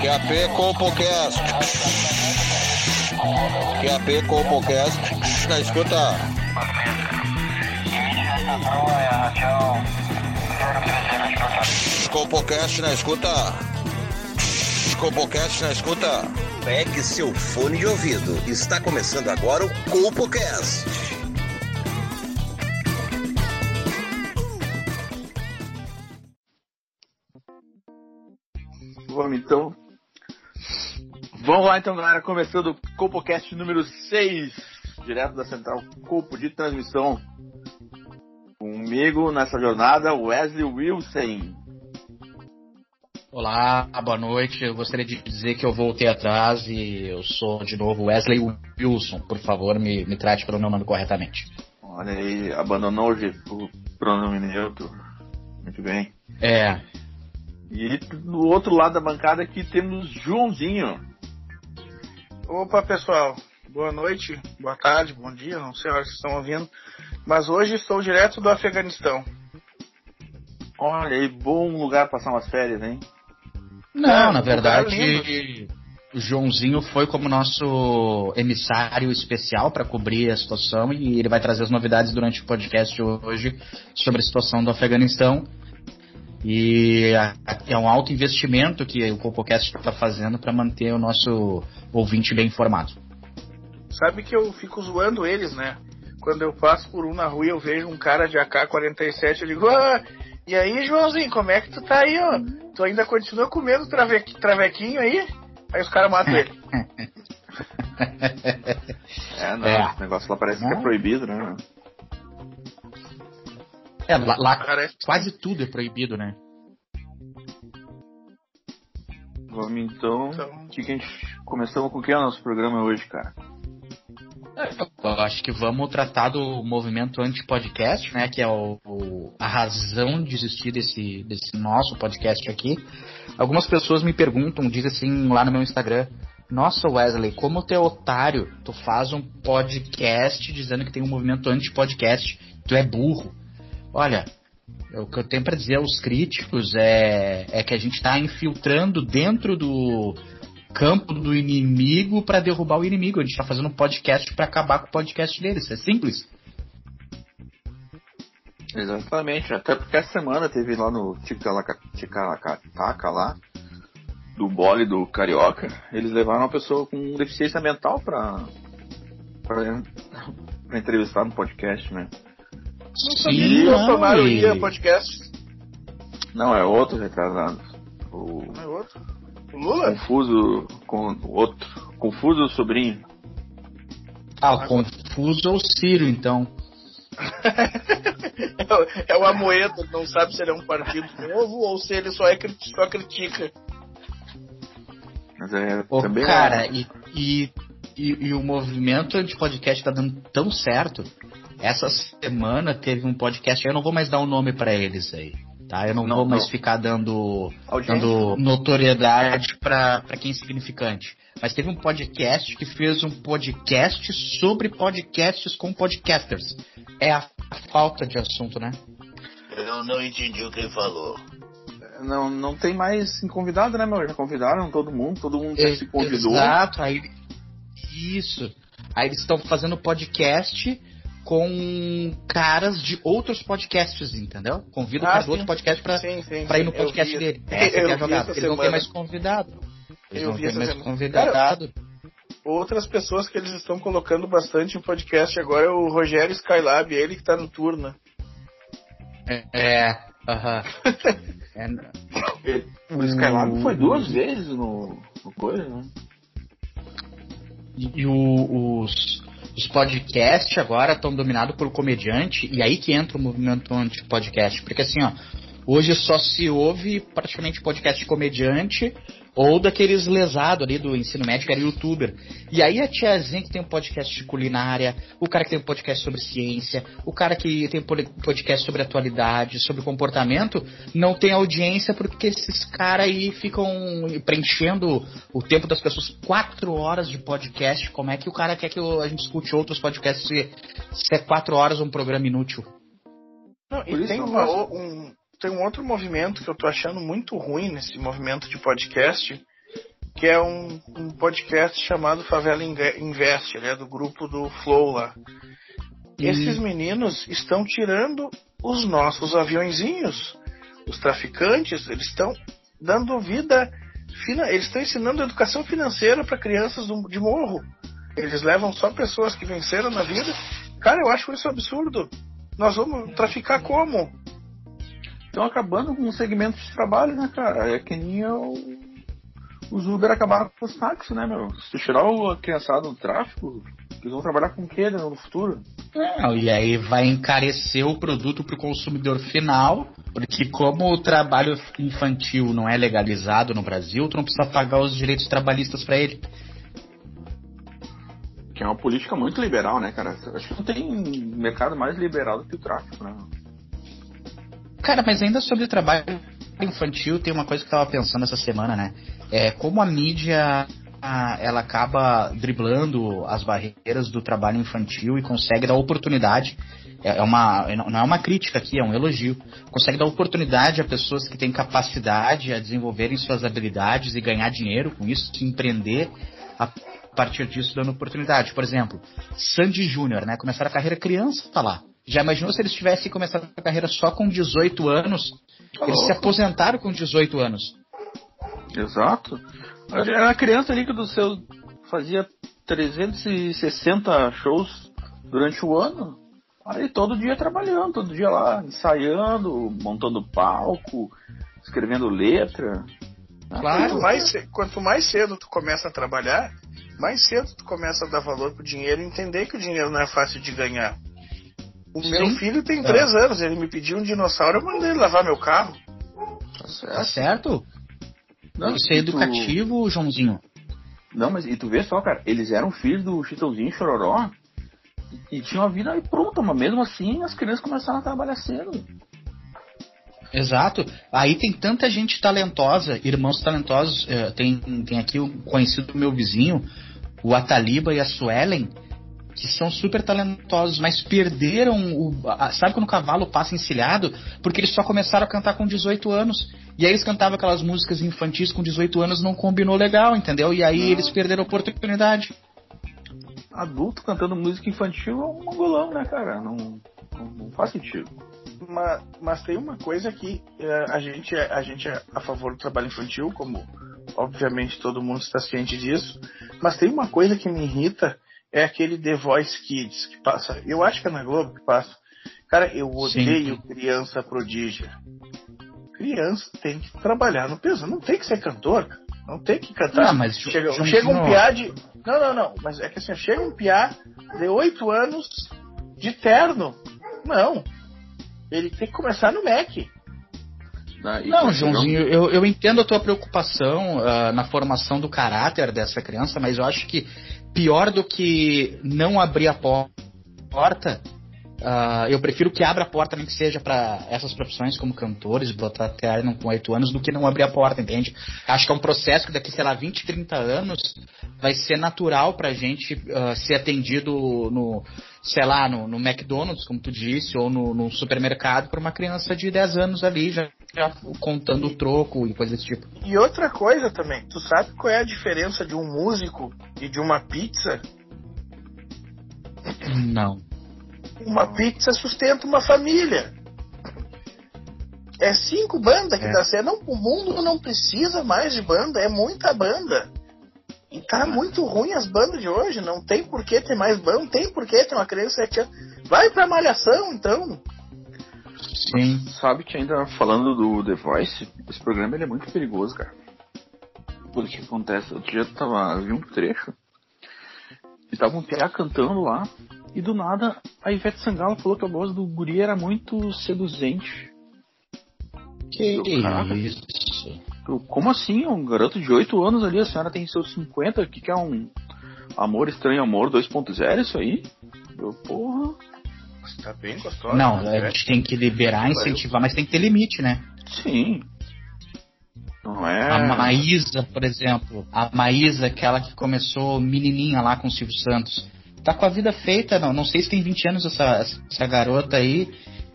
QAP CompoCast. QAP CompoCast. Na escuta. CompoCast na escuta. CompoCast na escuta. Pegue seu fone de ouvido. Está começando agora o CompoCast. Vamos lá então, galera, começando o CompoCast número 6, direto da Central Compo de Transmissão. Comigo nessa jornada, Wesley Wilson. Olá, boa noite. Eu gostaria de dizer que eu voltei atrás e eu sou de novo Wesley Wilson. Por favor, me trate pelo meu nome corretamente. Olha aí, abandonou o pronome neutro. Muito bem. É. E do outro lado da bancada aqui temos Joãozinho. Opa, pessoal. Boa noite, boa tarde, bom dia, não sei a hora que vocês estão ouvindo. Mas hoje estou direto do Afeganistão. Olha aí, bom lugar para passar umas férias, hein? Não, na verdade, o Joãozinho foi como nosso emissário especial para cobrir a situação e ele vai trazer as novidades durante o podcast hoje sobre a situação do Afeganistão. E é um alto investimento que o CompoCast está fazendo para manter o nosso ouvinte bem informado. Sabe que eu fico zoando eles, né? Quando eu passo por um na rua e eu vejo um cara de AK-47, eu digo, e aí, Joãozinho, como é que tu tá aí, ó? Tu ainda continua comendo travequinho aí? Aí os caras matam ele. Esse negócio lá parece que é proibido, né? Lá quase tudo é proibido, né? Vamos então. Começamos com o que é o nosso programa hoje, cara? Eu acho que vamos tratar do movimento anti-podcast, né? Que é a razão de existir desse nosso podcast aqui. Algumas pessoas me perguntam, dizem assim lá no meu Instagram: nossa, Wesley, como tu é otário, tu faz um podcast dizendo que tem um movimento anti-podcast, tu é burro. Olha, o que eu tenho para dizer aos críticos é que a gente está infiltrando dentro do campo do inimigo para derrubar o inimigo. A gente está fazendo um podcast para acabar com o podcast deles. É simples. Exatamente. Até porque essa semana teve lá no Ticaracateca lá, do Bole do Carioca, eles levaram uma pessoa com deficiência mental para entrevistar no podcast, né? Não sabia que o Bolsonaro ia podcast. Não, é outro retrasado. Não é outro? O Lula? Confuso com o outro. Confuso o sobrinho. O Confuso é o Ciro, então. É o Amoedo, não sabe se ele é um partido novo ou se ele só critica. Mas é também. Cara, e o movimento de podcast tá dando tão certo. Essa semana teve um podcast, eu não vou mais dar um nome pra eles aí, tá? Eu não vou mais ficar dando notoriedade pra quem é insignificante. Mas teve um podcast que fez um podcast sobre podcasts com podcasters. É a falta de assunto, né? Eu não entendi o que ele falou. Não tem mais convidado, né, meu? Já convidaram todo mundo já se convidou. Exato, aí eles estão fazendo podcast com caras de outros podcasts, entendeu? Convida o cara do outro podcast pra ir no podcast dele. Essa é a jogada. Eles não têm mais convidado. Cara, outras pessoas que eles estão colocando bastante em podcast agora é o Rogério Skylab, ele que tá no turno. O Skylab foi 2 vezes no coisa, né? E os podcasts agora estão dominados por comediante, e aí que entra o movimento anti-podcast. Porque assim, hoje só se ouve praticamente podcast de comediante ou daqueles lesados ali do ensino médio, que era youtuber. E aí a tiazinha que tem um podcast de culinária, o cara que tem um podcast sobre ciência, o cara que tem um podcast sobre atualidade, sobre comportamento, não tem audiência porque esses caras aí ficam preenchendo o tempo das pessoas. 4 horas de podcast. Como é que o cara quer que a gente escute outros podcasts se é 4 horas um programa inútil? Não, e tem tem um outro movimento que eu tô achando muito ruim nesse movimento de podcast, que é um podcast chamado Favela Invest, né, do grupo do Flow lá. Esses meninos estão tirando os nossos aviõezinhos. Os traficantes, eles estão dando vida, eles estão ensinando educação financeira para crianças de morro. Eles levam só pessoas que venceram na vida. Cara, eu acho isso absurdo. Nós vamos traficar como? Estão acabando com o segmento de trabalho, né, cara? É que nem os Uber acabaram com os táxis, né, meu? Se tu tirar a criançada do tráfico, eles vão trabalhar com o quê, né, no futuro? E aí vai encarecer o produto pro consumidor final, porque como o trabalho infantil não é legalizado no Brasil, tu não precisa pagar os direitos trabalhistas pra ele. Que é uma política muito liberal, né, cara? Acho que não tem mercado mais liberal do que o tráfico, né? Cara, mas ainda sobre o trabalho infantil, tem uma coisa que eu tava pensando essa semana, né? Como a mídia ela acaba driblando as barreiras do trabalho infantil e consegue dar oportunidade. Não é uma crítica aqui, é um elogio. Consegue dar oportunidade a pessoas que têm capacidade a desenvolverem suas habilidades e ganhar dinheiro com isso, que empreender a partir disso, dando oportunidade. Por exemplo, Sandy Júnior, né? Começaram a carreira criança, tá lá. Já imaginou se eles tivessem começado a carreira só com 18 anos? Eles se aposentaram com 18 anos. Exato. Era uma criança ali que do seu fazia 360 shows durante o ano. Aí todo dia trabalhando, todo dia lá, ensaiando, montando palco, escrevendo letra. Claro. Quanto mais cedo tu começa a trabalhar, mais cedo tu começa a dar valor pro dinheiro e entender que o dinheiro não é fácil de ganhar. O meu filho tem 3 anos, ele me pediu um dinossauro, eu mandei ele lavar meu carro. Tá certo? Não, isso é educativo, Joãozinho. Não, mas e tu vê só, cara, eles eram filhos do Chitãozinho e Chororó e tinham a vida aí pronta, mas mesmo assim as crianças começaram a trabalhar cedo. Exato. Aí tem tanta gente talentosa, irmãos talentosos. Tem aqui um conhecido do meu vizinho, o Ataliba e a Suelen, que são super talentosos, mas perderam sabe quando o cavalo passa encilhado? Porque eles só começaram a cantar com 18 anos. E aí eles cantavam aquelas músicas infantis com 18 anos, não combinou legal, entendeu? E aí eles perderam a oportunidade. Adulto cantando música infantil é um mongolão, né, cara? Não faz sentido. Mas tem uma coisa que a gente é a favor do trabalho infantil, como obviamente todo mundo está ciente disso, mas tem uma coisa que me irrita, é aquele The Voice Kids que passa, eu acho que é na Globo que passa. Cara, eu odeio criança prodígia. Criança tem que trabalhar no peso, não tem que ser cantor, não tem que cantar. Não, mas chega um piá de... Não, mas é que assim, chega um piá de 8 anos de terno. Não. Ele tem que começar no MEC. Não, Joãozinho, eu entendo a tua preocupação na formação do caráter dessa criança, mas eu acho que pior do que não abrir a porta, eu prefiro que abra a porta, nem que seja para essas profissões como cantores, botar terno com 8 anos, do que não abrir a porta, entende? Acho que é um processo que daqui, sei lá, 20, 30 anos vai ser natural pra gente ser atendido no McDonald's, como tu disse, ou no supermercado por uma criança de 10 anos ali, já contando o troco e coisa desse tipo. E outra coisa também, tu sabe qual é a diferença de um músico e de uma pizza? Não. Uma pizza sustenta uma família. É 5 bandas que dá certo. O mundo não precisa mais de banda, é muita banda. E tá muito ruim as bandas de hoje. Não tem por que ter mais banda, não tem por que ter uma criança de 7 anos. Vai pra Malhação, então. Sim. Sabe que ainda falando do The Voice, esse programa ele é muito perigoso, cara. Porque acontece, outro dia eu vi um trecho e tava um piá cantando lá. E do nada, a Ivete Sangalo falou que a voz do guri era muito seduzente. Que isso? Como assim? Um garoto de 8 anos ali, a senhora tem seus 50, o que é um Amor Estranho Amor 2.0 isso aí? Porra. Você tá bem gostosa. Não, a gente tem que liberar, incentivar, mas tem que ter limite, né? Sim. Não é... A Maísa, por exemplo. A Maísa, aquela que começou menininha lá com o Silvio Santos. Tá com a vida feita, não sei se tem 20 anos essa garota aí. E ela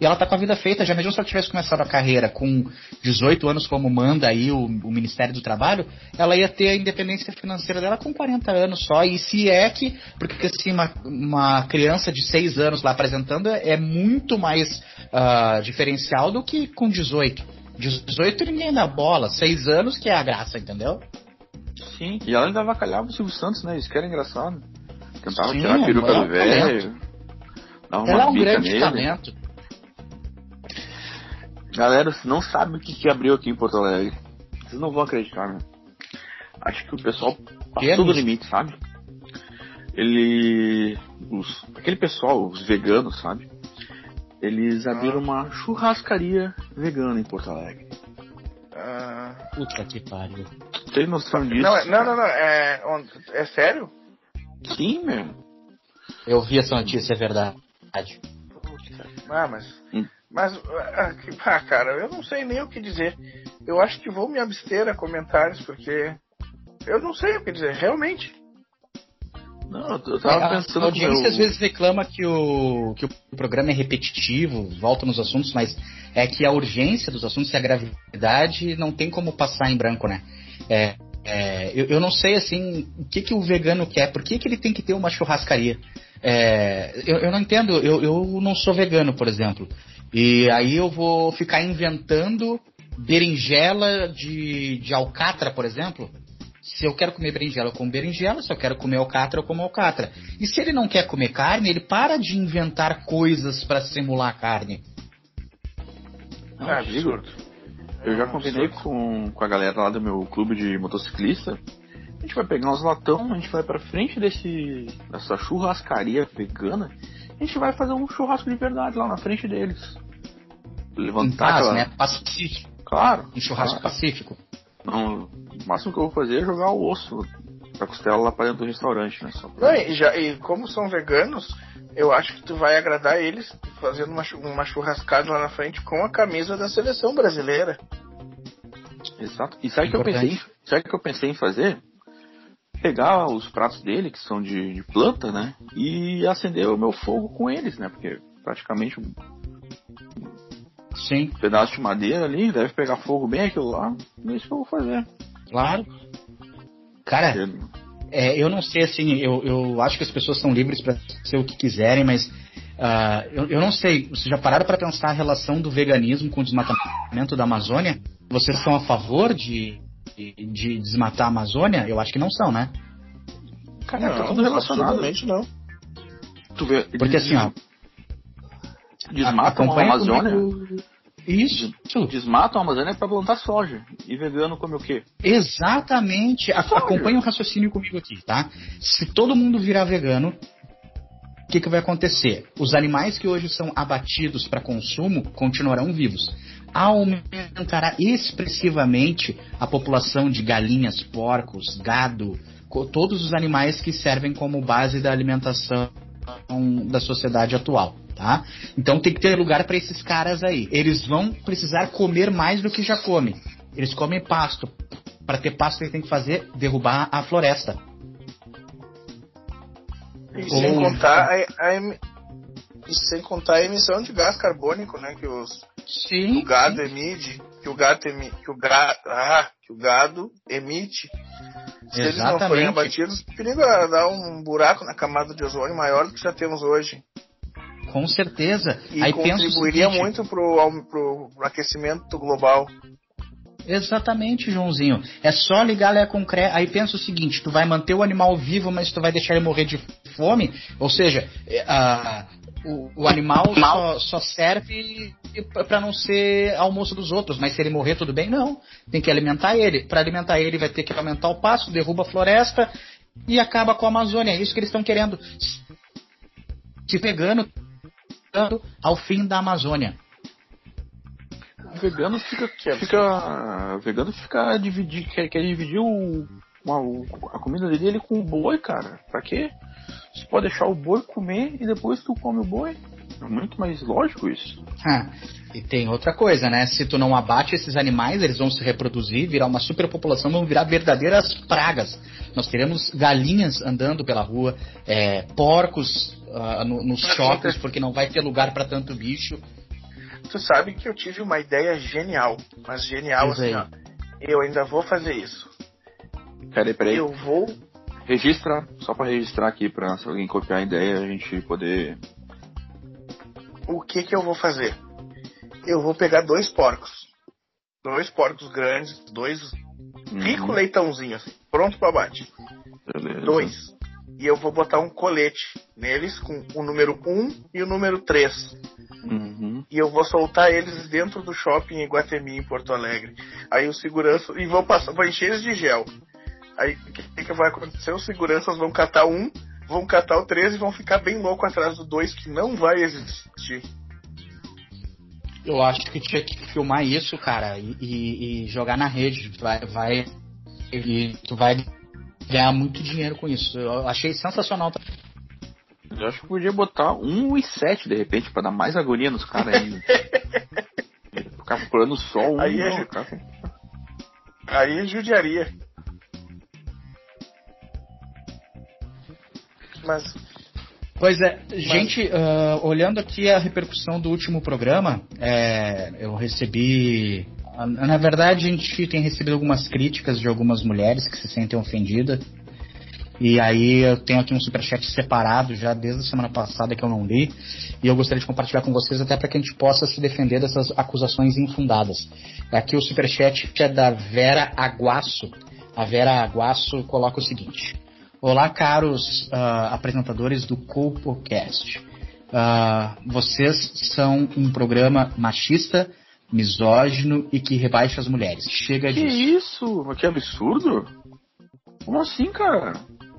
E ela tá com a vida feita. Já mesmo se ela tivesse começado a carreira com 18 anos, como manda aí o Ministério do Trabalho, ela ia ter a independência financeira dela com 40 anos só. E se é que... Porque assim, uma criança de 6 anos lá apresentando é muito mais diferencial do que com 18. 18 ninguém dá bola. 6 anos que é a graça, entendeu? Sim, e ela ainda avacalhava o Silvio Santos, né? Isso que era engraçado. Tentava Sim, tirar a peruca do velho. Ela é um grande talento. Galera, vocês não sabem o que abriu aqui em Porto Alegre. Vocês não vão acreditar, né? Acho que o pessoal passou do limite, sabe? Aquele pessoal, os veganos, sabe? Eles abriram uma churrascaria vegana em Porto Alegre. Puta que pariu. Tem noção disso? Não. É sério? Sim, meu. Eu vi essa notícia, é verdade. Cara, eu não sei nem o que dizer. Eu acho que vou me abster a comentários, porque eu não sei o que dizer, realmente. Não, eu tava pensando... A audiência às vezes reclama que o programa é repetitivo, volta nos assuntos, mas é que a urgência dos assuntos e a gravidade não tem como passar em branco, né? Eu não sei, assim, o que o vegano quer, por que ele tem que ter uma churrascaria? Eu não entendo, eu não sou vegano, por exemplo, e aí eu vou ficar inventando berinjela de alcatra, por exemplo. Se eu quero comer berinjela, eu como berinjela. Se eu quero comer alcatra, eu como alcatra. E se ele não quer comer carne, ele para de inventar coisas para simular carne. Absurdo. Eu já combinei com a galera lá do meu clube de motociclista. A gente vai pegar uns latão, a gente vai pra frente dessa churrascaria vegana. A gente vai fazer um churrasco de verdade lá na frente deles. Levantar aquela... né? Pacífico. Claro. Um churrasco pacífico. Não, o máximo que eu vou fazer é jogar o osso da costela lá pra dentro do restaurante, né? E como são veganos, eu acho que tu vai agradar eles fazendo uma churrascada lá na frente com a camisa da seleção brasileira. Exato. E sabe o que eu pensei em fazer? Pegar os pratos dele, que são de planta, né? E acender o meu fogo com eles, né? Porque praticamente Sim. Um pedaço de madeira ali, deve pegar fogo bem aquilo lá. É isso que eu vou fazer. Claro. Cara, eu não sei, assim, eu acho que as pessoas são livres para ser o que quiserem, mas eu não sei, vocês já pararam para pensar a relação do veganismo com o desmatamento da Amazônia? Vocês são a favor de desmatar a Amazônia? Eu acho que não são, né? Cara, tá tudo relacionado. Não. Tu vê, porque assim, ó, desmatam a Amazônia. Isso. Desmatam a Amazônia pra plantar soja. E vegano come o quê? Exatamente. Acompanha o raciocínio comigo aqui, tá? Se todo mundo virar vegano, o que vai acontecer? Os animais que hoje são abatidos para consumo continuarão vivos. Aumentará expressivamente a população de galinhas, porcos, gado, todos os animais que servem como base da alimentação da sociedade atual. Tá? Então tem que ter lugar para esses caras aí. Eles vão precisar comer mais do que já comem. Eles comem pasto. Para ter pasto, eles têm que derrubar a floresta. E sem contar a emissão de gás carbônico, né? Que o gado emite. Que o gado emite. Se eles não forem abatidos, periga dar um buraco na camada de ozônio maior do que já temos hoje. Com certeza. E aí contribuiria muito pro aquecimento global. Exatamente, Joãozinho. É só ligar a concreto. Aí pensa o seguinte: tu vai manter o animal vivo, mas tu vai deixar ele morrer de fome. Ou seja, o animal só serve para não ser almoço dos outros. Mas se ele morrer, tudo bem? Não. Tem que alimentar ele. Para alimentar ele, vai ter que aumentar o pasto, derruba a floresta e acaba com a Amazônia. É isso que eles estão querendo. Se pegando ao fim da Amazônia. O vegano quer dividir a comida dele com o boi, cara. Pra quê? Você pode deixar o boi comer e depois tu come o boi. É muito mais lógico isso. E tem outra coisa, né? Se tu não abate esses animais, eles vão se reproduzir, virar uma superpopulação, vão virar verdadeiras pragas. Nós teremos galinhas andando pela rua, porcos nos shoppings, porque não vai ter lugar para tanto bicho. Tu sabe que eu tive uma ideia genial. Mas genial assim, ó. Eu ainda vou fazer isso. Peraí. Eu vou... Registra, só pra registrar aqui, pra se alguém copiar a ideia, a gente poder... O que eu vou fazer? Eu vou pegar 2 porcos. 2 porcos grandes, 2 rico leitãozinhos, assim, pronto pra abate. Beleza. 2. E eu vou botar um colete neles com o número 1 e o número 3. E eu vou soltar eles dentro do shopping em Iguatemi, em Porto Alegre. Aí o segurança... E vou encher eles de gel. Aí o que vai acontecer? Os seguranças vão catar vão catar o 3 e vão ficar bem louco atrás do 2, que não vai existir. Eu acho que tinha que filmar isso, cara, e jogar na rede. Tu vai ganhar muito dinheiro com isso. Eu achei sensacional. Eu acho que podia botar 1 e 7 de repente, pra dar mais agonia nos caras aí. Ficar procurando só um. Aí é judiaria. Pois é, gente, olhando aqui a repercussão do último programa, eu recebi... Na verdade, a gente tem recebido algumas críticas de algumas mulheres que se sentem ofendidas. E aí eu tenho aqui um superchat separado já desde a semana passada que eu não li. E eu gostaria de compartilhar com vocês até para que a gente possa se defender dessas acusações infundadas. Aqui o superchat é da Vera Aguaço. A Vera Aguaço coloca o seguinte: olá, caros apresentadores do CopoCast. Vocês são um programa machista, misógino e que rebaixa as mulheres. Chega disso. Que isso? Que absurdo? Como assim, cara?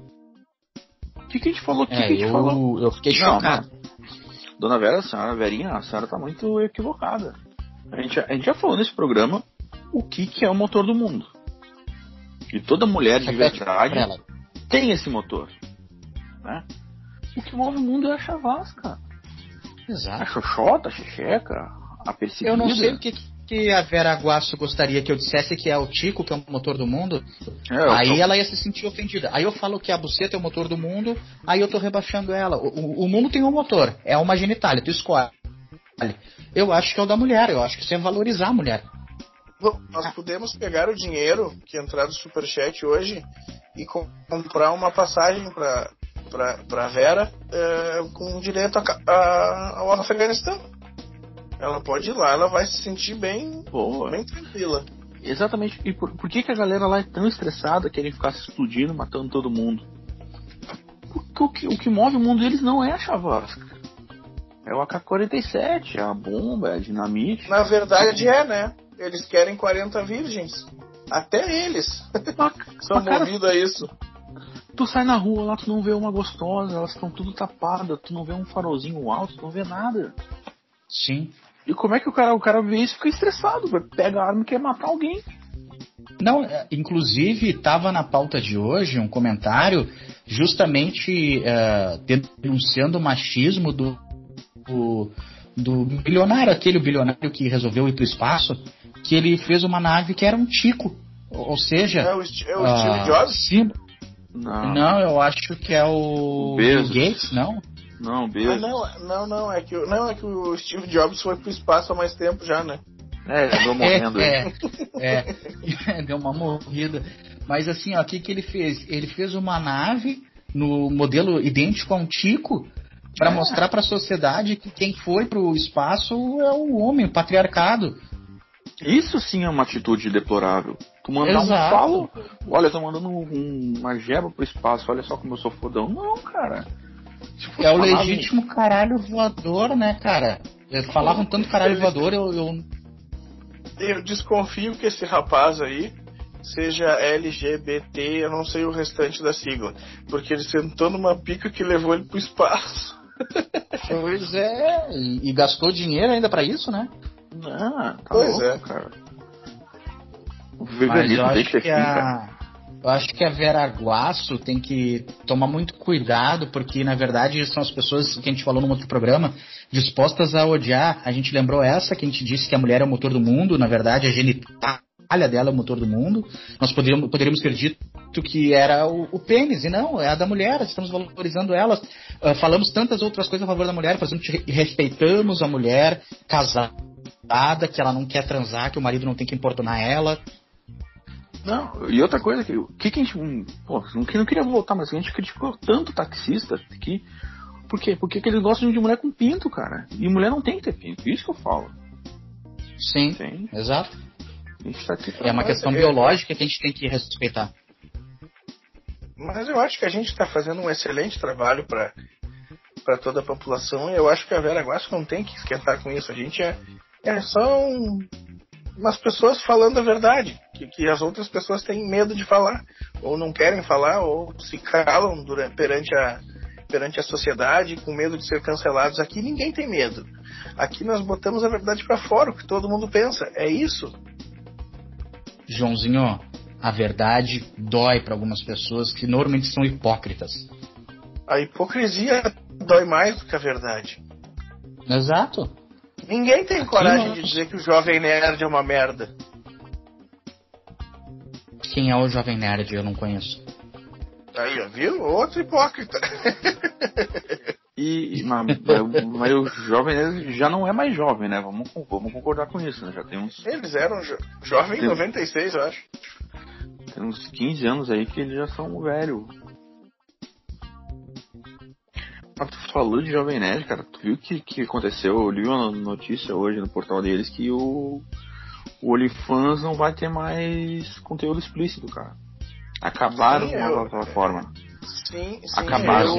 O que a gente falou? Eu fiquei chocado. Dona Vera, a senhora tá muito equivocada. A gente já falou nesse programa o que é o motor do mundo. E toda mulher de verdade tem esse motor, né? O que move o mundo é a chavasca. Exato. A xoxota, a xexeca, a perseguida. Eu não sei o que a Vera Aguaço gostaria que eu dissesse que é o Tico, que é o motor do mundo. Aí ela ia se sentir ofendida. Aí eu falo que a buceta é o motor do mundo, aí eu tô rebaixando ela. O mundo tem um motor, é uma genitália, tu escolhe. Eu acho que é o da mulher, eu acho que isso é valorizar a mulher. Bom, nós podemos pegar o dinheiro que entrar do Superchat hoje e comprar uma passagem pra Vera com direito ao Afeganistão. Ela pode ir lá, ela vai se sentir bem tranquila. Exatamente. E por que a galera lá é tão estressada, querem ficar se explodindo, matando todo mundo? Porque o que move o mundo deles não é a chavasca. É o AK-47, é a bomba, é a dinamite. Na verdade né? Eles querem 40 virgens. Até eles são movidos a isso. Tu sai na rua lá, tu não vê uma gostosa, elas estão tudo tapadas, tu não vê um farolzinho alto, tu não vê nada. Sim. E como é que o cara vê isso e fica estressado? Pega a arma e quer matar alguém. Não, inclusive estava na pauta de hoje um comentário justamente denunciando o machismo do bilionário, aquele bilionário que resolveu ir para o espaço, que ele fez uma nave que era um tico. Ou seja... É o Steve Jobs? Sim. Não, eu acho que é o Bill Gates, não? Não, Bezos. Não, é que o Steve Jobs foi pro espaço há mais tempo já, né? Andou morrendo. Deu uma morrida. Mas assim, ó, o que ele fez? Ele fez uma nave no modelo idêntico a um tico para mostrar para a sociedade que quem foi pro espaço é o homem, o patriarcado. Isso sim é uma atitude deplorável. Tu mandar um falo, olha, tô mandando uma jeba pro espaço, olha só como eu sou fodão. Não, cara. É o legítimo caralho voador, né, cara? Falavam tanto caralho voador, eu desconfio que esse rapaz aí seja LGBT, eu não sei o restante da sigla, porque ele sentou numa pica que levou ele pro espaço. Pois é, e gastou dinheiro ainda pra isso, né? Tá pois louco, cara. O veganismo deixa assim, cara. Eu acho que a Vera Aguaço tem que tomar muito cuidado, porque na verdade são as pessoas que a gente falou no outro programa, dispostas a odiar. A gente lembrou essa, que a gente disse que a mulher é o motor do mundo, na verdade a genitália dela é o motor do mundo. Nós poderíamos ter dito que era o pênis, e não, é a da mulher, estamos valorizando elas. Falamos tantas outras coisas a favor da mulher, respeitamos a mulher casada revoltada, que ela não quer transar, que o marido não tem que importunar ela. Não, e outra coisa, que a gente... Pô, não queria voltar, mas a gente criticou tanto taxista aqui. Por quê? Porque eles gostam de mulher com pinto, cara. E mulher não tem que ter pinto, isso que eu falo. Sim, Entende? exato. A gente tá aqui É uma questão biológica que a gente tem que respeitar. Mas eu acho que a gente está fazendo um excelente trabalho para toda a população, e eu acho que a Vera Guasco não tem que esquentar com isso. A gente é só umas pessoas falando a verdade, que as outras pessoas têm medo de falar, ou não querem falar, ou se calam perante a sociedade, com medo de ser cancelados. Aqui ninguém tem medo. Aqui nós botamos a verdade para fora, o que todo mundo pensa. É isso. Joãozinho, a verdade dói para algumas pessoas que normalmente são hipócritas. A hipocrisia dói mais do que a verdade. Exato. Ninguém tem coragem nós... de dizer que o Jovem Nerd é uma merda. Quem é o Jovem Nerd? Eu não conheço. Aí, ó, viu? Outro hipócrita. Mas o jovem já não é mais jovem, né? Vamos concordar com isso, né? Já tem uns... Eles eram jovem em 96, eu acho. Tem uns 15 anos aí que eles já são velho. Mas tu falou de Jovem Nerd, cara. Tu viu o que aconteceu? Eu li uma notícia hoje no portal deles que o OnlyFans não vai ter mais conteúdo explícito, cara. Acabaram com a plataforma. Sim. Acabaram.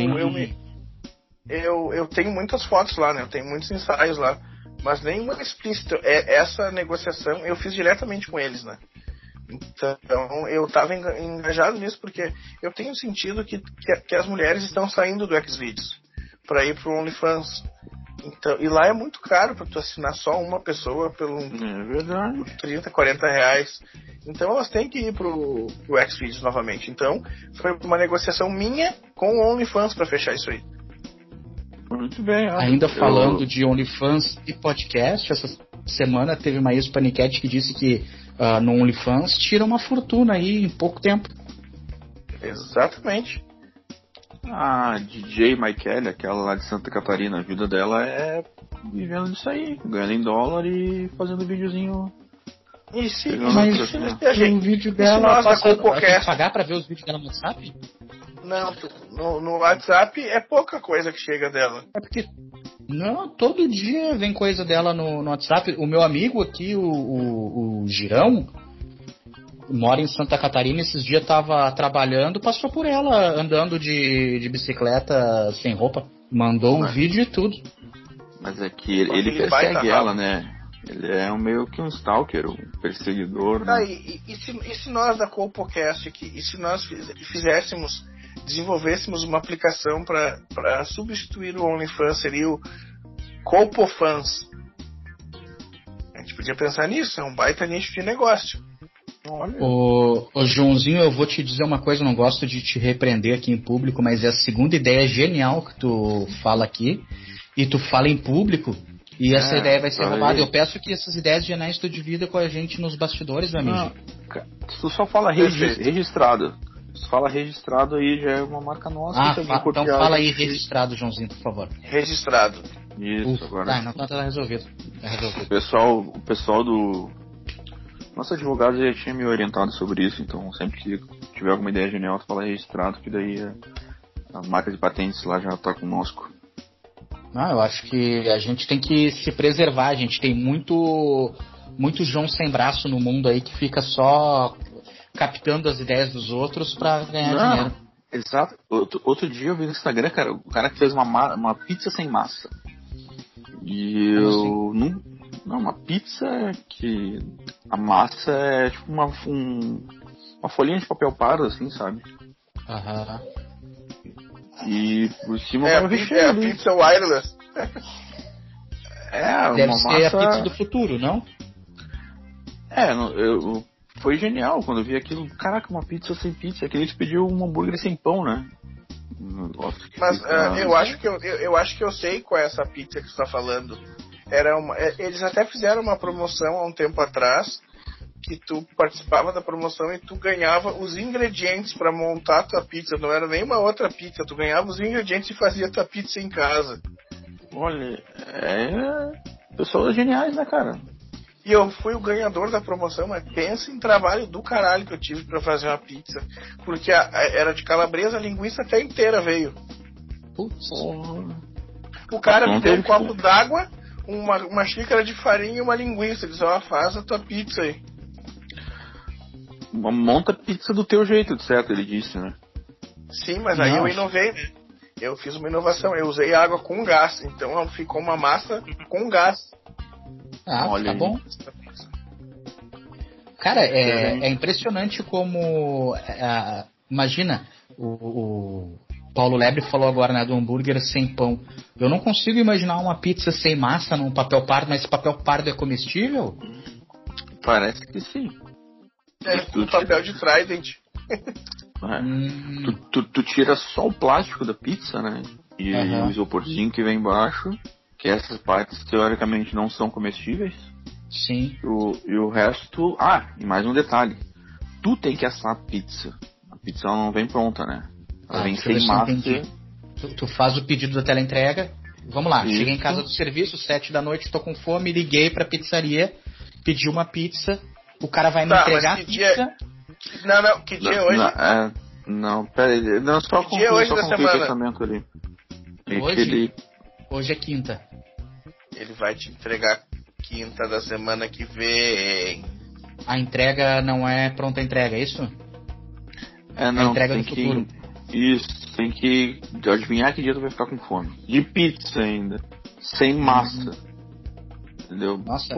Eu tenho muitas fotos lá, né? Eu tenho muitos ensaios lá. Mas nenhuma explícita. Essa negociação eu fiz diretamente com eles, né? Então eu estava engajado nisso porque eu tenho sentido que as mulheres estão saindo do Xvideos para ir pro OnlyFans. Então, e lá é muito caro para tu assinar só uma pessoa pelo 30, 40 reais. Então elas têm que ir pro Xvideos novamente. Então foi uma negociação minha com o OnlyFans para fechar isso aí. Muito bem. Ainda falando de OnlyFans e podcast, essa semana teve uma ex-paniquete que disse que no OnlyFans tira uma fortuna aí em pouco tempo. Exatamente. A DJ Michael, aquela lá de Santa Catarina, a vida dela é vivendo disso aí, ganhando em dólar e fazendo videozinho. Mas o vídeo dela passa a pagar pra ver os vídeos dela no WhatsApp? Não, no WhatsApp é pouca coisa que chega dela. É porque não, todo dia vem coisa dela no WhatsApp. O meu amigo aqui, o Girão, mora em Santa Catarina. Esses dias tava trabalhando, passou por ela andando de bicicleta sem roupa. Mandou um vídeo e tudo. Mas é que ele persegue ela, né? Ele é meio que um stalker, um perseguidor. Né? E se nós da CopoCast aqui, e se nós desenvolvêssemos uma aplicação para substituir o OnlyFans, seria o CopoFans. A gente podia pensar nisso, é um baita nicho de negócio. Ô Joãozinho, eu vou te dizer uma coisa, eu não gosto de te repreender aqui em público, mas é a segunda ideia genial que tu fala aqui, e tu fala em público, e essa ideia vai ser roubada. Eu peço que essas ideias geniais tu divida com a gente nos bastidores, meu amigo. Tu só fala registrado. Se fala registrado aí, já é uma marca nossa. Então fala aí registrado, Joãozinho, por favor. Registrado. Isso, agora. Não tá resolvido. O pessoal do... Nosso advogado já tinha me orientado sobre isso, então sempre que tiver alguma ideia genial, tu fala registrado, que daí a marca de patentes lá já tá conosco. Eu acho que a gente tem que se preservar. A gente tem muito João sem braço no mundo aí que fica só captando as ideias dos outros pra ganhar dinheiro. Exato. Outro dia eu vi no Instagram, cara, o cara que fez uma pizza sem massa. E uma pizza que a massa é tipo uma folhinha de papel pardo, assim, sabe? Aham. E por cima a pizza wireless. Deve ser a pizza do futuro, não? Foi genial quando eu vi aquilo. Caraca, uma pizza sem pizza. Que eles pediu um hambúrguer sem pão, né? Mas eu acho que eu sei qual é essa pizza que você está falando. Eles até fizeram uma promoção há um tempo atrás, que tu participava da promoção e tu ganhava os ingredientes para montar a tua pizza. Não era nenhuma outra pizza, tu ganhava os ingredientes e fazia a tua pizza em casa. Olha, pessoas geniais, né, cara? E eu fui o ganhador da promoção, mas pensa em trabalho do caralho que eu tive pra fazer uma pizza. Porque era de calabresa, a linguiça até inteira veio. Putz. O cara me deu um copo d'água, uma xícara de farinha e uma linguiça. Ele disse, faz a tua pizza aí. Monta a pizza do teu jeito, certo? Ele disse, né? Sim, mas aí eu inovei, né? Eu fiz uma inovação, eu usei água com gás. Então ficou uma massa com gás. Olha, tá bom. Cara, é impressionante como... imagina, o Paulo Lebre falou agora, né, do hambúrguer sem pão. Eu não consigo imaginar uma pizza sem massa num papel pardo, mas esse papel pardo é comestível? Parece que sim. Um papel de Trident. Tu tira só o plástico da pizza, né? E o isoporzinho que vem embaixo, que essas partes teoricamente não são comestíveis. Sim. E o resto... e mais um detalhe. Tu tem que assar a pizza. A pizza não vem pronta, né? Ela vem sem massa. Tu faz o pedido da teleentrega. Vamos lá, cheguei em casa do serviço, 7 da noite, tô com fome, liguei pra pizzaria, pedi uma pizza, o cara vai me entregar a pizza. Que dia é hoje? Pera aí, só que dia é hoje da semana? O pensamento ali. Hoje é quinta. Ele vai te entregar quinta da semana que vem. A entrega não é pronta entrega, é isso? Não. A entrega do futuro. Isso, tem que adivinhar que dia tu vai ficar com fome. De pizza ainda. Sem massa. Entendeu? Nossa,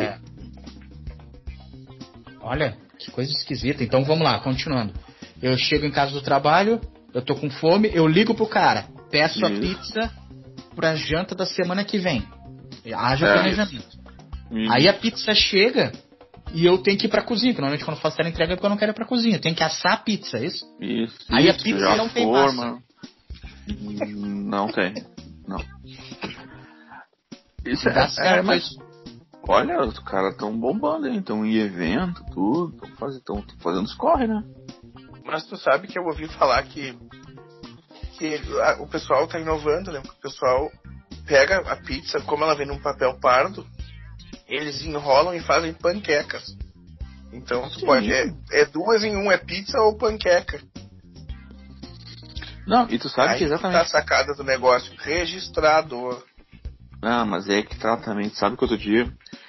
Olha, que coisa esquisita. Então vamos lá, continuando. Eu chego em casa do trabalho, eu tô com fome, eu ligo pro cara, peço a pizza pra janta da semana que vem. Haja planejamento. Aí a pizza chega e eu tenho que ir pra cozinha, porque normalmente quando eu faço entrega é porque eu não quero ir pra cozinha. Eu tenho que assar a pizza, é isso? Isso. Aí a pizza não tem massa. Não tem. Não. Isso mas... Olha, os caras estão bombando, hein? Estão em evento, tudo. Estão fazendo os corre, né? Mas tu sabe que eu ouvi falar que o pessoal tá inovando, né? O pessoal pega a pizza, como ela vem num papel pardo, eles enrolam e fazem panquecas. Então tu pode... É duas em um, é pizza ou panqueca. Não, e tu sabe que exatamente... Tá a sacada do negócio, registrador. Mas é que tá também, sabe que outro dia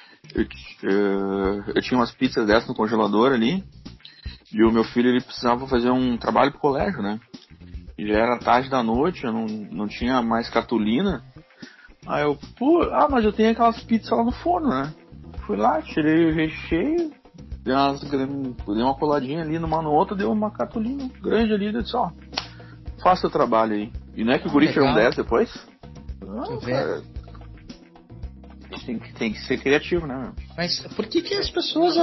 eu tinha umas pizzas dessas no congelador ali, e o meu filho ele precisava fazer um trabalho pro colégio, né? E já era tarde da noite, eu não tinha mais cartolina. Aí eu, mas eu tenho aquelas pizzas lá no forno, né? Fui lá, tirei o recheio, dei uma coladinha ali numa no outra, deu uma cartolina grande ali, eu disse, faça o trabalho aí. E não é que o guri fez um 10 depois? Cara, tem que ser criativo, né? Mas por que as pessoas,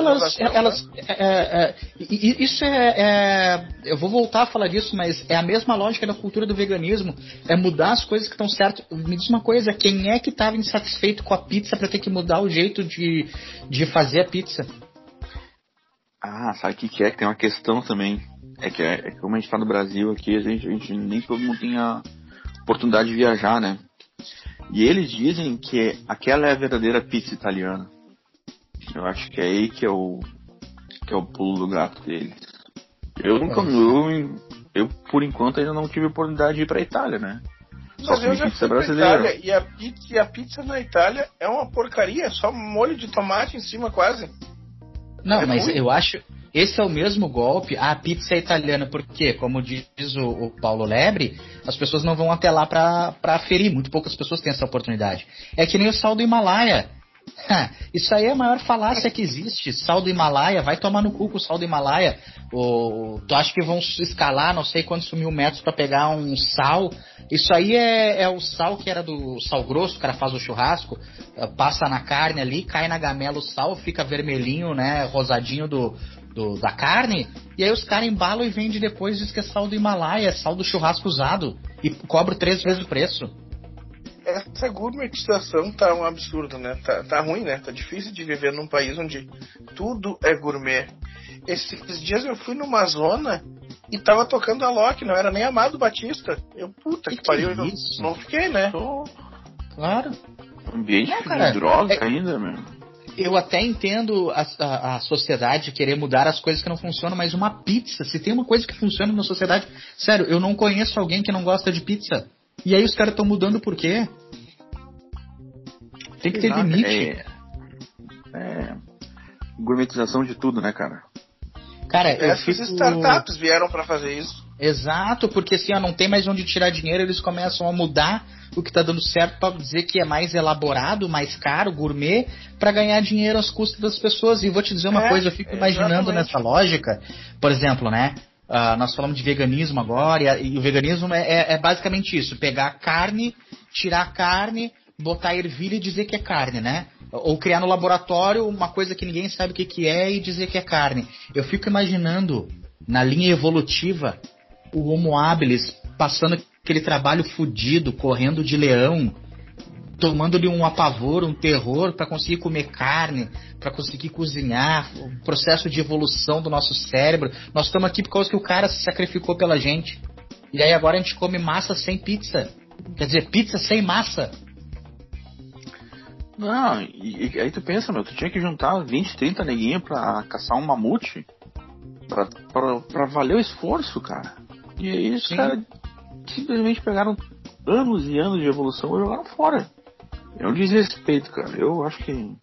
isso eu vou voltar a falar disso, mas é a mesma lógica da cultura do veganismo, é mudar as coisas que estão certas. Me diz uma coisa, quem é que estava insatisfeito com a pizza para ter que mudar o jeito de fazer a pizza? Sabe o que é? Que tem uma questão também, é que como a gente tá no Brasil aqui, a gente nem todo mundo tem a oportunidade de viajar, né? E eles dizem que aquela é a verdadeira pizza italiana. Eu acho que é aí que é o pulo do gato deles. Eu por enquanto ainda não tive oportunidade de ir pra Itália, né? Mas eu já fui brasileira. E a pizza na Itália é uma porcaria, só molho de tomate em cima quase. Não, mas eu acho... Esse é o mesmo golpe, a pizza italiana, porque, como diz o Paulo Lebre, as pessoas não vão até lá pra aferir, muito poucas pessoas têm essa oportunidade. É que nem o sal do Himalaia. Isso aí é a maior falácia que existe. Sal do Himalaia, vai tomar no cu com o sal do Himalaia. Tu acha que vão escalar não sei quantos mil metros pra pegar um sal? Isso aí é o sal que era do sal grosso, o cara faz o churrasco, passa na carne ali, cai na gamela o sal, fica vermelhinho, né, rosadinho da carne, e aí os caras embalam e vendem depois, diz que é sal do Himalaia, é sal do churrasco usado, e cobram 3 vezes o preço. Essa gourmetização tá um absurdo, né? Tá ruim, né? Tá difícil de viver num país onde tudo é gourmet. Esses dias eu fui numa zona e tava tocando a Loki, não era nem Amado Batista. Puta que pariu, eu não fiquei, né? Claro. Ambiente de droga ainda, meu. Eu até entendo a sociedade querer mudar as coisas que não funcionam, mas uma pizza, se tem uma coisa que funciona na sociedade, sério, eu não conheço alguém que não gosta de pizza. E aí os caras estão mudando por quê? Tem que ter limite. Gourmetização de tudo, né, cara? Cara, Essas startups vieram pra fazer isso. Exato, porque assim, não tem mais onde tirar dinheiro, eles começam a mudar o que tá dando certo pra dizer que é mais elaborado, mais caro, gourmet, pra ganhar dinheiro às custas das pessoas. E vou te dizer uma coisa, eu fico imaginando nessa lógica, por exemplo, né? Nós falamos de veganismo agora, e o veganismo é basicamente isso, pegar a carne, tirar a carne, botar a ervilha e dizer que é carne, né? Ou criar no laboratório uma coisa que ninguém sabe o que é e dizer que é carne. Eu fico imaginando, na linha evolutiva, o Homo habilis passando aquele trabalho fudido, correndo de leão, tomando-lhe um apavor, um terror para conseguir comer carne, para conseguir cozinhar, o processo de evolução do nosso cérebro. Nós estamos aqui por causa que o cara se sacrificou pela gente. E aí agora a gente come massa sem pizza. Quer dizer, pizza sem massa. Não, e aí tu pensa, tu tinha que juntar 20, 30 neguinhos pra caçar um mamute pra valer o esforço, cara. E aí os caras simplesmente pegaram anos e anos de evolução e jogaram fora. É um desrespeito, cara. Eu acho que...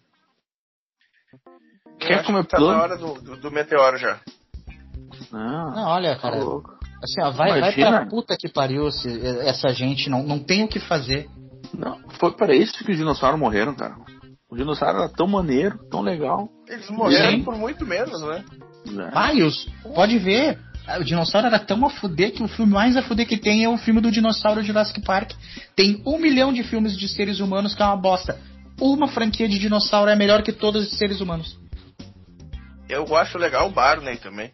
Quer comer tá plano? Na hora do meteoro já. Não, olha, cara. Assim, ó, vai pra puta que pariu essa gente. Não tem o que fazer. Não, foi para isso que os dinossauros morreram, cara. O dinossauro era tão maneiro, tão legal. Eles morreram por muito menos, né? Vários. Pode ver. O dinossauro era tão a fuder que o filme mais a fuder que tem é o filme do dinossauro Jurassic Park. Tem 1 milhão de filmes de seres humanos que é uma bosta. Uma franquia de dinossauro é melhor que todos os seres humanos. Eu acho legal o Barney também.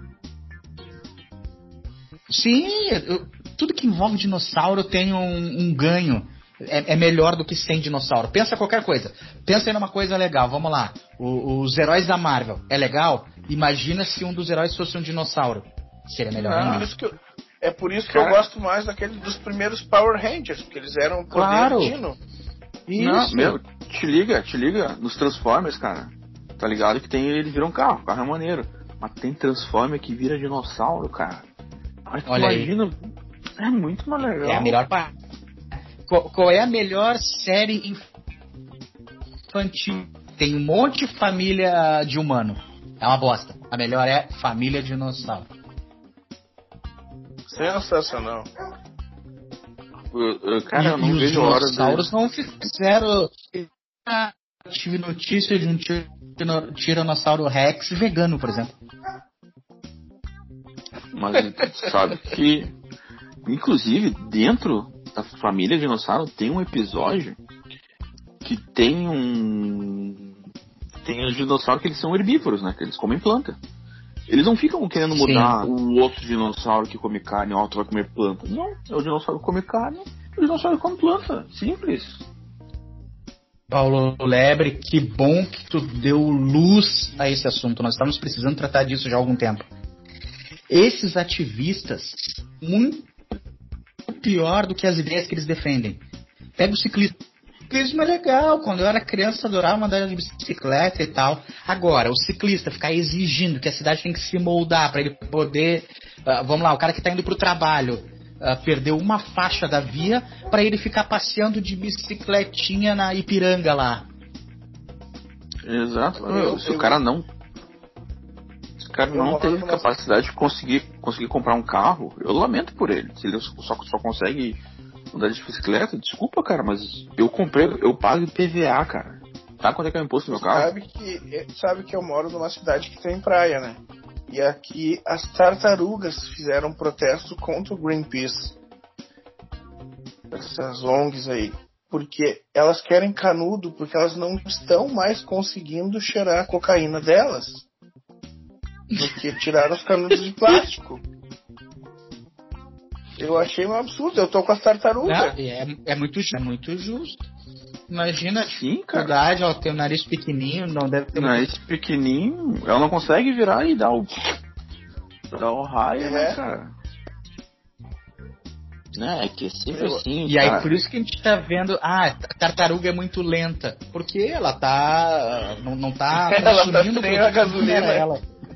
Sim, tudo que envolve dinossauro tem um ganho. É melhor do que sem dinossauro. Pensa qualquer coisa. Pensa em uma coisa legal. Vamos lá. Os heróis da Marvel. É legal? Imagina se um dos heróis fosse um dinossauro. Seria melhor ainda. É por isso que eu gosto mais dos primeiros Power Rangers. Porque eles eram poder dino. Isso. Não, te liga nos Transformers, cara. Tá ligado que eles viram carro. O carro é maneiro. Mas tem Transformer que vira dinossauro, cara. Mas tu imagina. É muito mais legal. É a melhor parte. Qual é a melhor série infantil? Tem um monte de família de humano. É uma bosta. A melhor é Família Dinossauro. Sensacional. Cara, eu não vejo a hora. Os dinossauros não fizeram. Tive notícia de um Tiranossauro Rex vegano, por exemplo. Mas sabe que, inclusive, dentro da Família Dinossauro tem um episódio que tem os dinossauros que eles são herbívoros, né? Que eles comem planta. Eles não ficam querendo mudar o outro dinossauro que come carne, o outro vai comer planta. Não, é o dinossauro que come carne, o dinossauro que come planta. Simples. Paulo Lebre, que bom que tu deu luz a esse assunto. Nós estamos precisando tratar disso já há algum tempo. Esses ativistas, muito pior do que as ideias que eles defendem. Pega o ciclismo. O ciclismo é legal. Quando eu era criança, eu adorava andar de bicicleta e tal. Agora, o ciclista ficar exigindo que a cidade tem que se moldar para ele poder... vamos lá, o cara que está indo para o trabalho perdeu uma faixa da via para ele ficar passeando de bicicletinha na Ipiranga lá. Exato. Se o cara não teve capacidade de conseguir comprar um carro, eu lamento por ele. Se ele só consegue andar de bicicleta, desculpa, cara, mas eu pago PVA, cara. Sabe quanto é que é o imposto do meu carro? Sabe que eu moro numa cidade que tem praia, né? E aqui as tartarugas fizeram um protesto contra o Greenpeace. Essas ONGs aí. Porque elas querem canudo, porque elas não estão mais conseguindo cheirar a cocaína delas. Porque tiraram os canudos de plástico. Eu achei um absurdo. Eu tô com as tartarugas. É muito justo. Imagina sim, cara. Ela tem o nariz pequenininho, não deve ter nariz pequenininho, ela não consegue virar e dar o raio, né, cara? Né, é que é sempre assim. E aí, por isso que a gente tá vendo, a tartaruga é muito lenta. Porque ela tá. Não tá consumindo sem a gasolina. Ela.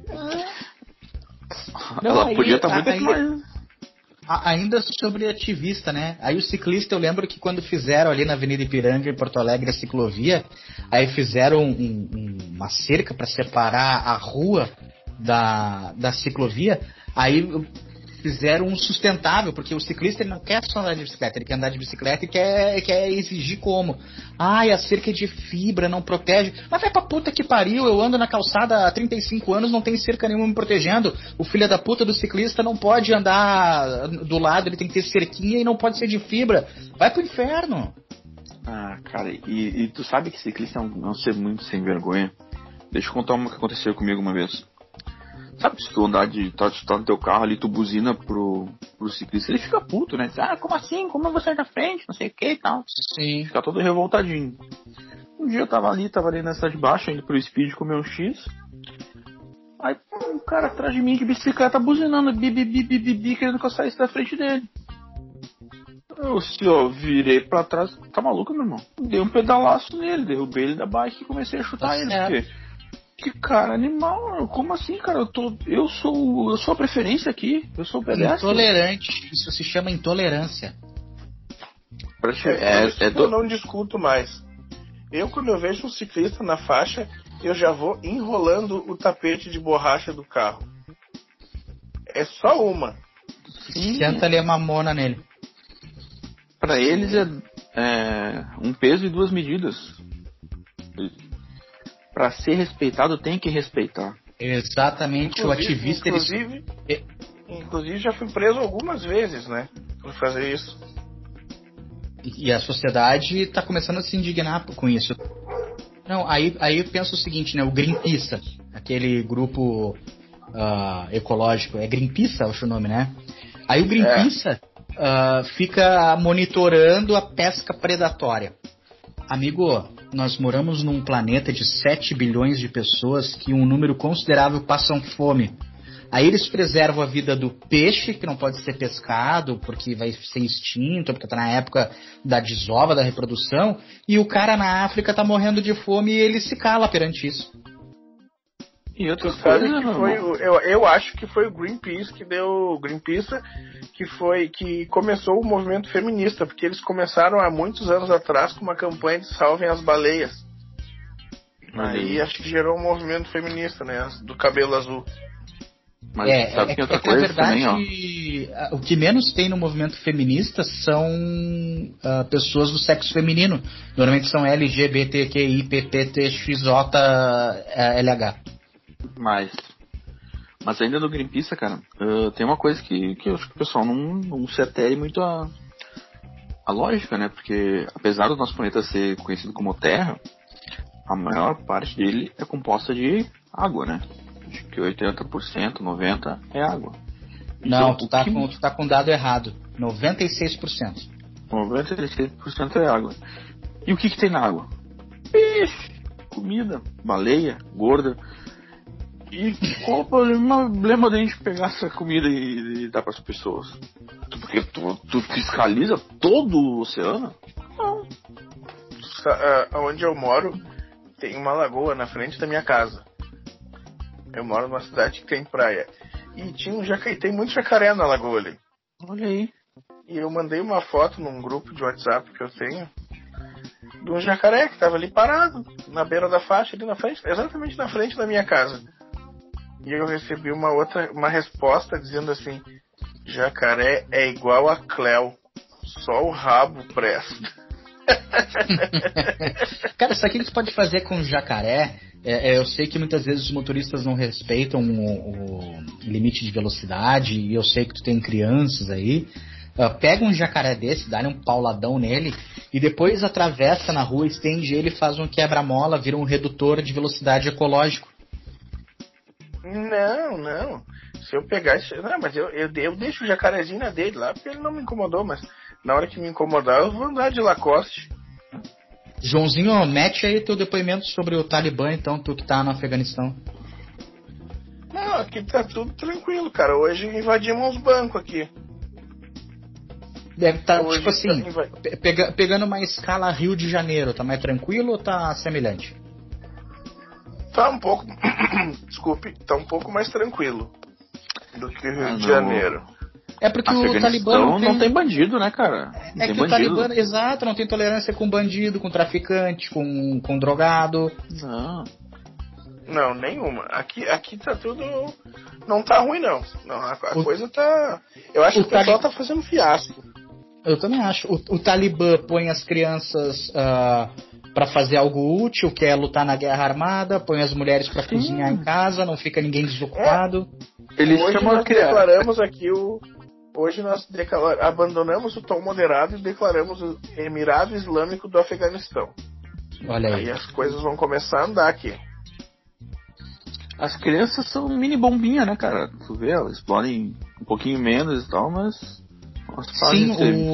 Ela podia estar muito mais. Ainda sobre ativista, né? Aí o ciclista, eu lembro que quando fizeram ali na Avenida Ipiranga, em Porto Alegre, a ciclovia, aí fizeram uma cerca para separar a rua da ciclovia, aí fizeram um sustentável, porque o ciclista ele não quer só andar de bicicleta, ele quer andar de bicicleta e quer exigir como. Ai, a cerca é de fibra, não protege. Mas vai pra puta que pariu, eu ando na calçada há 35 anos, não tem cerca nenhuma me protegendo. O filho da puta do ciclista não pode andar do lado, ele tem que ter cerquinha e não pode ser de fibra. Vai pro inferno. Ah, cara, e tu sabe que ciclista é um ser muito sem vergonha. Deixa eu contar uma que aconteceu comigo uma vez. Sabe, se tu andar tá no teu carro ali, tu buzina pro ciclista, ele fica puto, né? Diz, como assim? Como você é da frente? Não sei o que e tal. Sim. Fica todo revoltadinho. Um dia eu tava ali na cidade baixa, indo pro Speed comer um X. Aí um cara atrás de mim de bicicleta buzinando, bi, querendo que eu saísse da frente dele. Eu virei pra trás, tá maluco, meu irmão? Dei um pedalaço nele, derrubei ele da bike e comecei a chutar ele. Porque... Que cara, animal, como assim, cara? Eu sou a preferência aqui, eu sou o pedestre. Intolerante, isso se chama intolerância. Eu não discuto mais. Quando eu vejo um ciclista na faixa, eu já vou enrolando o tapete de borracha do carro. É só uma. Senta ali a mamona nele. Pra eles é um peso e duas medidas. Pra ser respeitado, tem que respeitar. Exatamente, o ativista... Inclusive já fui preso algumas vezes, né? Por fazer isso. E a sociedade tá começando a se indignar com isso. Não, aí eu penso o seguinte, né? O Greenpeace, aquele grupo ecológico, é Greenpeace, acho o nome, né? Aí o Greenpeace fica monitorando a pesca predatória. Amigo, nós moramos num planeta de 7 bilhões de pessoas que um número considerável passam fome. Aí eles preservam a vida do peixe, que não pode ser pescado porque vai ser extinto, porque tá na época da desova, da reprodução, e o cara na África tá morrendo de fome e ele se cala perante isso. E outra coisa, eu acho que foi o Greenpeace que começou o movimento feminista, porque eles começaram há muitos anos atrás com uma campanha de salvem as baleias. Aí acho que gerou um movimento feminista, né? Do cabelo azul. Mas sabe que outra coisa, na verdade, também, o que menos tem no movimento feminista são pessoas do sexo feminino. Normalmente são LGBTQI, PPTXJ, Mas ainda no Greenpeace, cara, tem uma coisa que eu acho que o pessoal não se atere muito a lógica, né? Porque apesar do nosso planeta ser conhecido como Terra, a maior parte dele é composta de água, né? Acho que 80%, 90% é água. Não, então, tu tá com dado errado. 96%. 96% é água. E o que tem na água? Peixe, comida, baleia, gorda. E qual o problema da gente pegar essa comida e dar para as pessoas? Porque tu fiscaliza todo o oceano? Não. Onde eu moro tem uma lagoa na frente da minha casa. Eu moro numa cidade que tem praia. E tem muito jacaré na lagoa ali. Olha aí. E eu mandei uma foto num grupo de WhatsApp que eu tenho de um jacaré que estava ali parado na beira da faixa, ali na frente, exatamente na frente da minha casa. E eu recebi uma resposta dizendo assim: jacaré é igual a Cleo, só o rabo presta. Cara, isso aqui que você pode fazer com o jacaré, eu sei que muitas vezes os motoristas não respeitam o limite de velocidade, e eu sei que tu tem crianças aí. Pega um jacaré desse, dá-lhe um pauladão nele, e depois atravessa na rua, estende ele, faz um quebra-mola, vira um redutor de velocidade ecológico. Não. Se eu pegar... Não, mas eu deixo o jacarezinho na dele lá, porque ele não me incomodou, mas na hora que me incomodar, eu vou andar de Lacoste. Joãozinho, mete aí teu depoimento sobre o Talibã, então, tu que tá no Afeganistão. Não, aqui tá tudo tranquilo, cara. Hoje invadimos uns bancos aqui. Deve estar, Hoje tipo assim, também vai. pegando uma escala Rio de Janeiro, tá mais tranquilo ou tá semelhante? Tá um pouco. Desculpe, tá um pouco mais tranquilo do que o Rio de não. Janeiro. É porque o Afeganistão Talibã não tem bandido, né, cara? Não É tem que o bandido. Talibã, exato, não tem tolerância com bandido, com traficante, com drogado. Não. Não, nenhuma. Aqui tá tudo. Não tá ruim, não. Não, a coisa tá. Eu acho que o pessoal tá fazendo fiasco. Eu também acho. O Talibã põe as crianças pra fazer algo útil, que é lutar na guerra armada, põe as mulheres pra cozinhar em casa, não fica ninguém desocupado. Eles Hoje chamam nós declaramos aqui o. Hoje nós abandonamos o tom moderado e declaramos o Emirado Islâmico do Afeganistão. Olha aí. Aí as coisas vão começar a andar aqui. As crianças são mini bombinha, né, cara? Tu vê, elas explodem um pouquinho menos e tal, mas. Sim,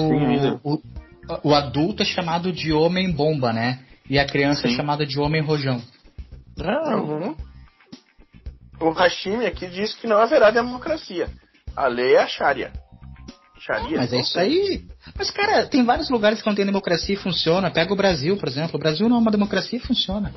o adulto é chamado de homem-bomba, né? E a criança é chamada de homem-rojão. Uhum. O Hashimi aqui diz que não haverá democracia. A lei é a Sharia. Mas é isso aí. Mas, cara, tem vários lugares que não tem democracia e funciona. Pega o Brasil, por exemplo. O Brasil não é uma democracia e funciona.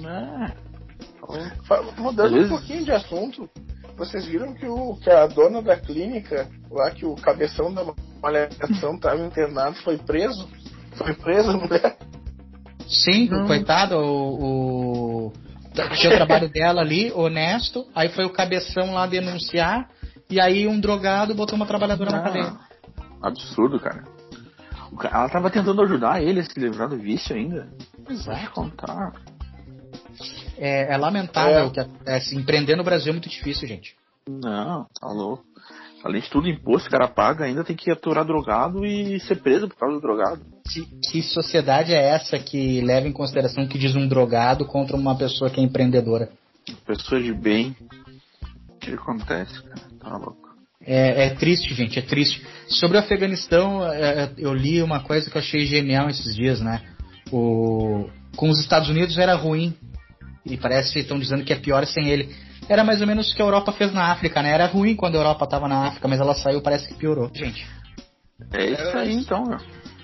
Mudando um pouquinho de assunto, vocês viram que a dona da clínica, lá que o cabeção da malhação estava internado, foi preso? Foi presa a mulher? Sim, coitado, tinha o trabalho dela ali, honesto, aí foi o cabeção lá denunciar, e aí um drogado botou uma trabalhadora na cadeia. Absurdo, cara. Ela tava tentando ajudar ele a se livrar do vício ainda. Exato. Contar. É lamentável o que acontece. Empreender no Brasil é muito difícil, gente. Não, tá louco. Além de tudo, imposto o cara paga, ainda tem que aturar drogado e ser preso por causa do drogado. Que sociedade é essa que leva em consideração o que diz um drogado contra uma pessoa que é empreendedora? Pessoa de bem. O que acontece, cara? Tá louco. É triste, gente, é triste. Sobre o Afeganistão, eu li uma coisa que eu achei genial esses dias, né? Com os Estados Unidos era ruim. E parece que estão dizendo que é pior sem ele. Era mais ou menos o que a Europa fez na África, né? Era ruim quando a Europa estava na África, mas ela saiu, parece que piorou. Gente. É isso aí, então, meu.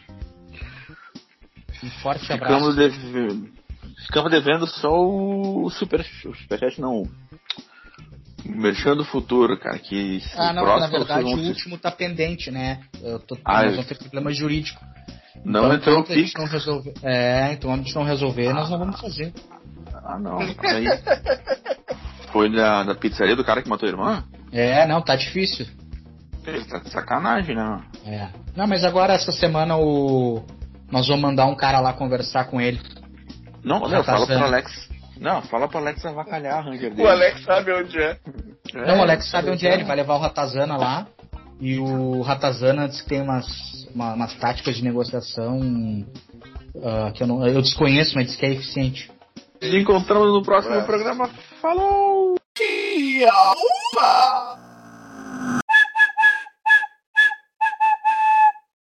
Um forte abraço. Ficamos devendo só o Superchat, não. O Merchan do Futuro, cara. Que não, na verdade o último tá pendente, né? Nós vamos ter problema jurídico. Não então, entrou o Pix. Então a gente não resolver, nós não vamos fazer. Não. Aí. Foi da pizzaria do cara que matou a irmã? Não, tá difícil. Ele tá de sacanagem, né? Não, mas agora essa semana nós vamos mandar um cara lá conversar com ele. Não, fala pro Alex. Não, fala pro Alex avacalhar a Ranger dele. O Alex sabe onde é. Não, o Alex sabe onde é, ele vai levar o Ratazana lá. E o Ratazana diz que tem umas táticas de negociação que eu desconheço, mas diz que é eficiente. Nos encontramos no próximo programa. Falou! Tchau!